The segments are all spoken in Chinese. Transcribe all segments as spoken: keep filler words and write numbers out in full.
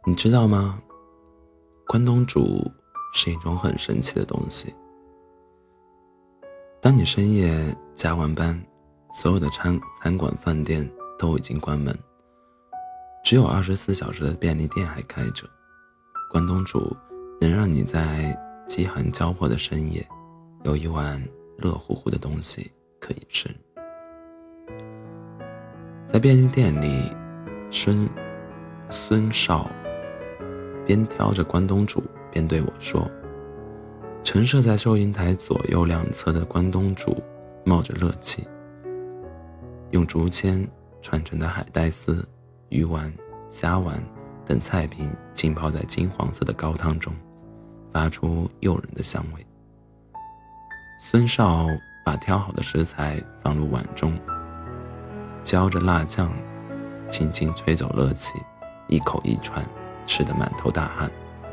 你知道吗？关东煮是一种很神奇的东西。当你深夜加完班，所有的餐餐馆饭店都已经关门，只有二十四小时的便利店还开着，关东煮能让你在饥寒交迫的深夜有一碗热乎乎的东西可以吃。在便利店里，孙孙少边挑着关东煮边对我说，陈设在收银台左右两侧的关东煮冒着热气，用竹签串成的海带丝、鱼丸、虾丸等菜品浸泡在金黄色的高汤中，发出诱人的香味。孙少把挑好的食材放入碗中，浇着辣酱，轻轻吹走热气，一口一串，吃得满头大汗。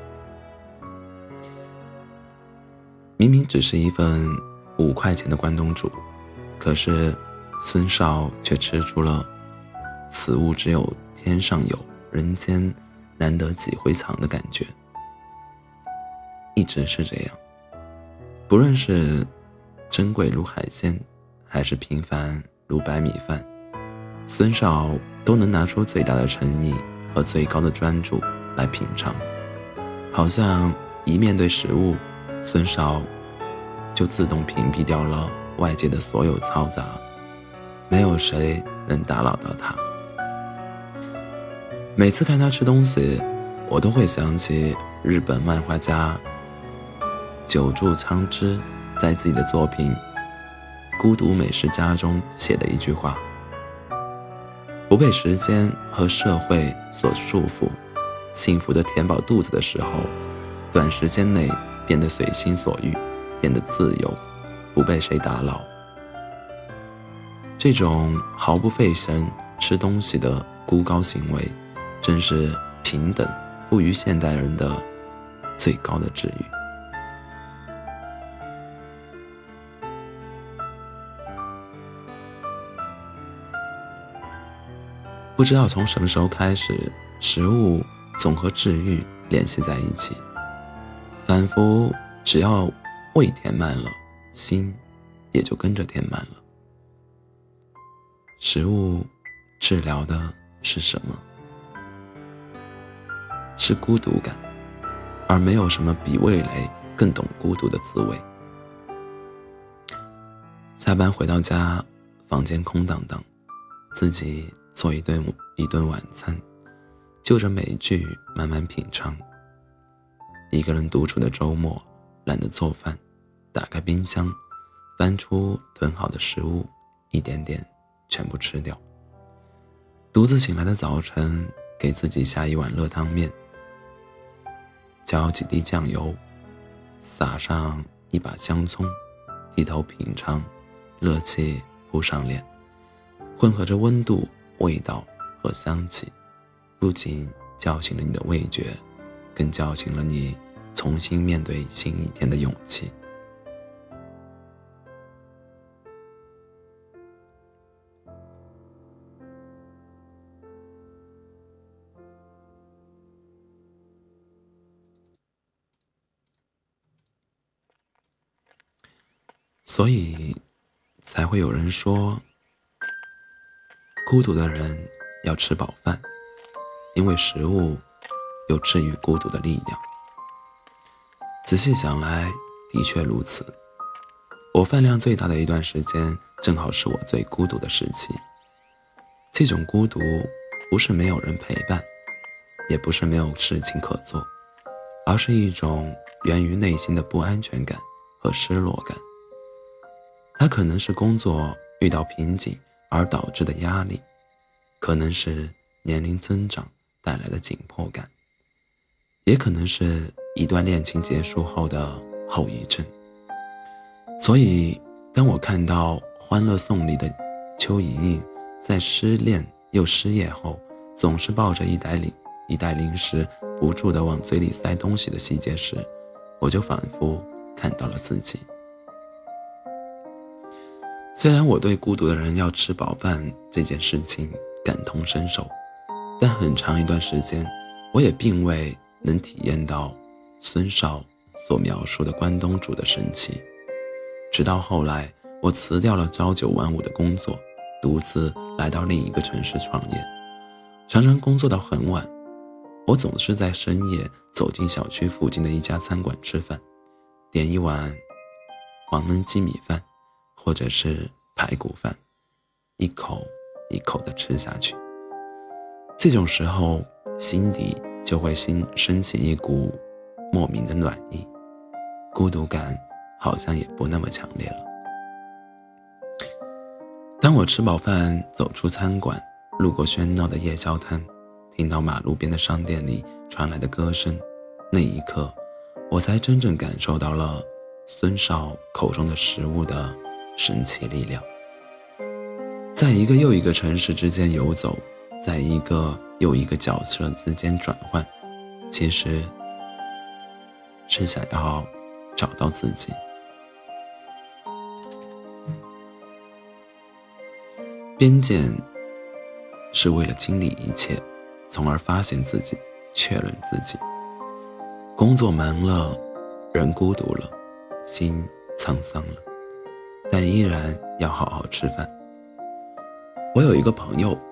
明明只是一份五块钱的关东煮，可是孙少却吃出了此物只有天上有，人间难得几回尝的感觉。一直是这样，不论是珍贵如海鲜，还是平凡如白米饭，孙少都能拿出最大的诚意和最高的专注来品尝，好像一面对食物，孙少就自动屏蔽掉了外界的所有嘈杂，没有谁能打扰到他。每次看他吃东西，我都会想起日本漫画家久住昌之在自己的作品《孤独美食家》中写的一句话：不被时间和社会所束缚，幸福的填饱肚子的时候，短时间内变得随心所欲，变得自由，不被谁打扰。这种毫不费神吃东西的孤高行为，正是平等赋予现代人的最高的治愈。不知道从什么时候开始，食物总和治愈联系在一起，仿佛只要胃填满了，心也就跟着填满了。食物治疗的是什么？是孤独感，而没有什么比味蕾更懂孤独的滋味。下班回到家，房间空荡荡，自己做一顿一顿晚餐，就着美剧慢慢品尝。一个人独处的周末，懒得做饭，打开冰箱，翻出囤好的食物，一点点全部吃掉。独自醒来的早晨，给自己下一碗热汤面，浇几滴酱油，撒上一把香葱，低头品尝，热气扑上脸，混合着温度、味道和香气，不仅叫醒了你的味觉，更叫醒了你重新面对新一天的勇气。所以才会有人说，孤独的人要吃饱饭，因为食物有治愈孤独的力量。仔细想来，的确如此。我饭量最大的一段时间，正好是我最孤独的时期。这种孤独不是没有人陪伴，也不是没有事情可做，而是一种源于内心的不安全感和失落感。它可能是工作遇到瓶颈而导致的压力，可能是年龄增长带来的紧迫感，也可能是一段恋情结束后的后遗症。所以当我看到《欢乐颂》里的邱莹莹在失恋又失业后，总是抱着一袋零一袋零食不住地往嘴里塞东西的细节时，我就仿佛看到了自己。虽然我对孤独的人要吃饱饭这件事情感同身受，但很长一段时间我也并未能体验到孙少所描述的关东煮的神奇。直到后来，我辞掉了朝九晚五的工作，独自来到另一个城市创业，常常工作到很晚。我总是在深夜走进小区附近的一家餐馆吃饭，点一碗黄焖鸡米饭，或者是排骨饭，一口一口地吃下去。这种时候，心底就会心升起一股莫名的暖意，孤独感好像也不那么强烈了。当我吃饱饭走出餐馆，路过喧闹的夜宵摊，听到马路边的商店里传来的歌声，那一刻，我才真正感受到了孙少口中的食物的神奇力量。在一个又一个城市之间游走，在一个又一个角色之间转换，其实是想要找到自己。边界是为了经历一切，从而发现自己，确认自己。工作忙了，人孤独了，心沧桑了，但依然要好好吃饭。我有一个朋友，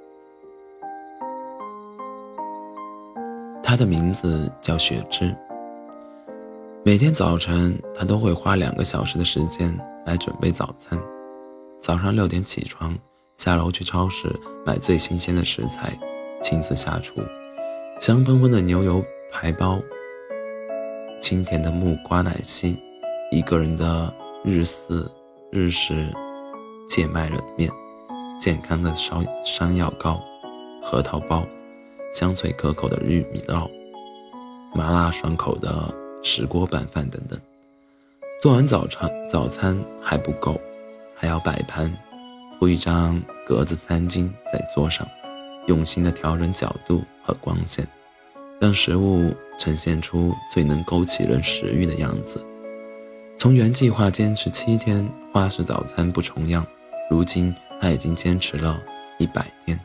他的名字叫雪芝。每天早晨，他都会花两个小时的时间来准备早餐。早上六点起床，下楼去超市买最新鲜的食材，亲自下厨，香喷喷的牛油排包，清甜的木瓜奶昔，一个人的日式日式芥麦冷面，健康的烧山药糕，核桃包，香脆可口的玉米烙，麻辣爽口的石锅拌饭等等。做完早餐早餐还不够，还要摆盘，铺一张格子餐巾在桌上，用心的调整角度和光线，让食物呈现出最能勾起人食欲的样子。从原计划坚持七天花式早餐不重样，如今他已经坚持了一百天。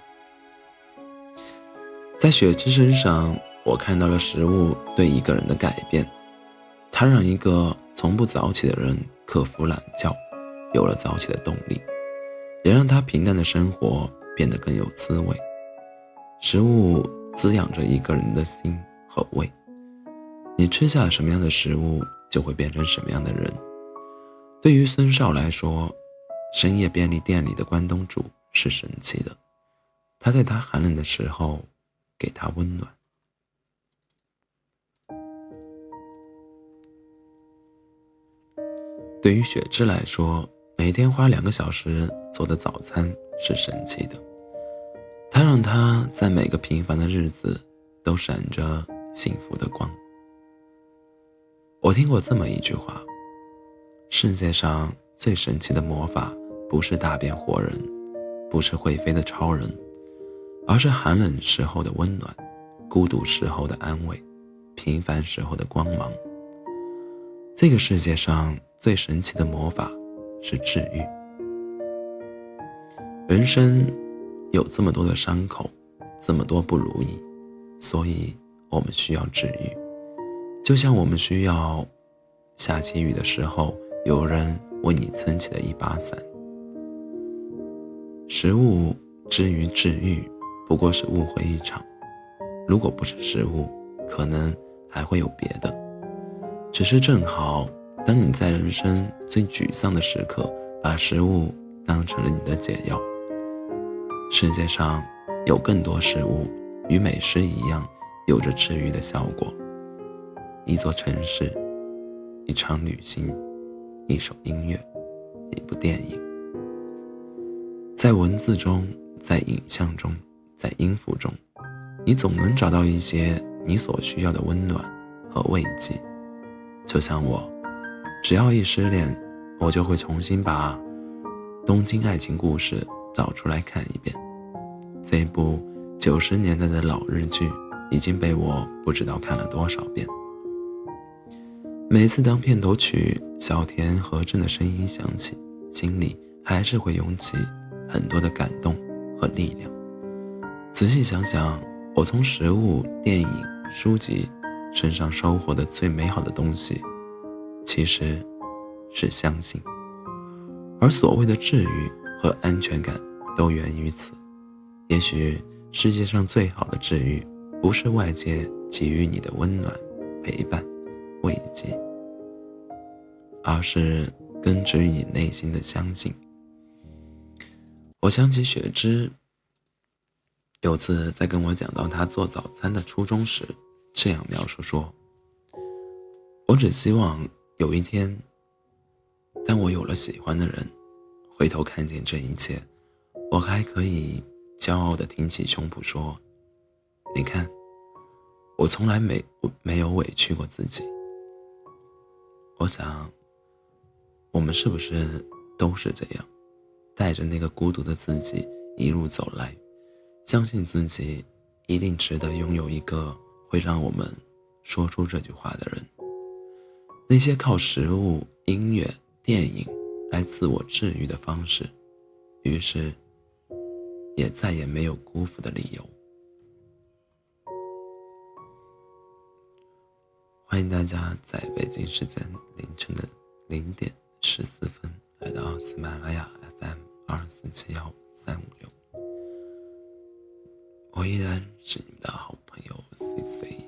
在雪芝身上，我看到了食物对一个人的改变。它让一个从不早起的人克服懒觉，有了早起的动力，也让他平淡的生活变得更有滋味。食物滋养着一个人的心和胃，你吃下什么样的食物，就会变成什么样的人。对于孙少来说，深夜便利店里的关东煮是神奇的，它在他寒冷的时候给他温暖。对于雪芝来说，每天花两个小时做的早餐是神奇的，它让他在每个平凡的日子都闪着幸福的光。我听过这么一句话，世界上最神奇的魔法不是大变活人，不是会飞的超人，而是寒冷时候的温暖，孤独时候的安慰，平凡时候的光芒。这个世界上最神奇的魔法是治愈。人生有这么多的伤口，这么多不如意，所以我们需要治愈。就像我们需要下起雨的时候有人为你撑起了一把伞。食物之于治愈不过是误会一场，如果不是食物，可能还会有别的。只是正好当你在人生最沮丧的时刻，把食物当成了你的解药。世界上有更多食物与美食一样，有着治愈的效果。一座城市，一场旅行，一首音乐，一部电影，在文字中，在影像中，在音符中，你总能找到一些你所需要的温暖和慰藉。就像我，只要一失恋，我就会重新把《东京爱情故事》找出来看一遍。这部九十年代的老日剧已经被我不知道看了多少遍。每次当片头曲小田和正的声音响起，心里还是会涌起很多的感动和力量。仔细想想， 我从食物、电影、书籍身上收获的最美好的东西，其实是相信。而所谓的治愈和安全感都源于此。也许世界上最好的治愈，不是外界给予你的温暖、陪伴、慰藉，而是根植于你内心的相信。我想起雪芝有次在跟我讲到她做早餐的初衷时，这样描述说：我只希望有一天，当我有了喜欢的人，回头看见这一切，我还可以骄傲地挺起胸脯说，你看，我从来没没有委屈过自己。我想我们是不是都是这样，带着那个孤独的自己一路走来，相信自己一定值得拥有一个会让我们说出这句话的人。那些靠食物、音乐、电影来自我治愈的方式，于是也再也没有辜负的理由。欢迎大家在北京时间凌晨的零点十四分来到喜马拉雅 F M 二四七幺三五六，我依然是你们的好朋友 C C。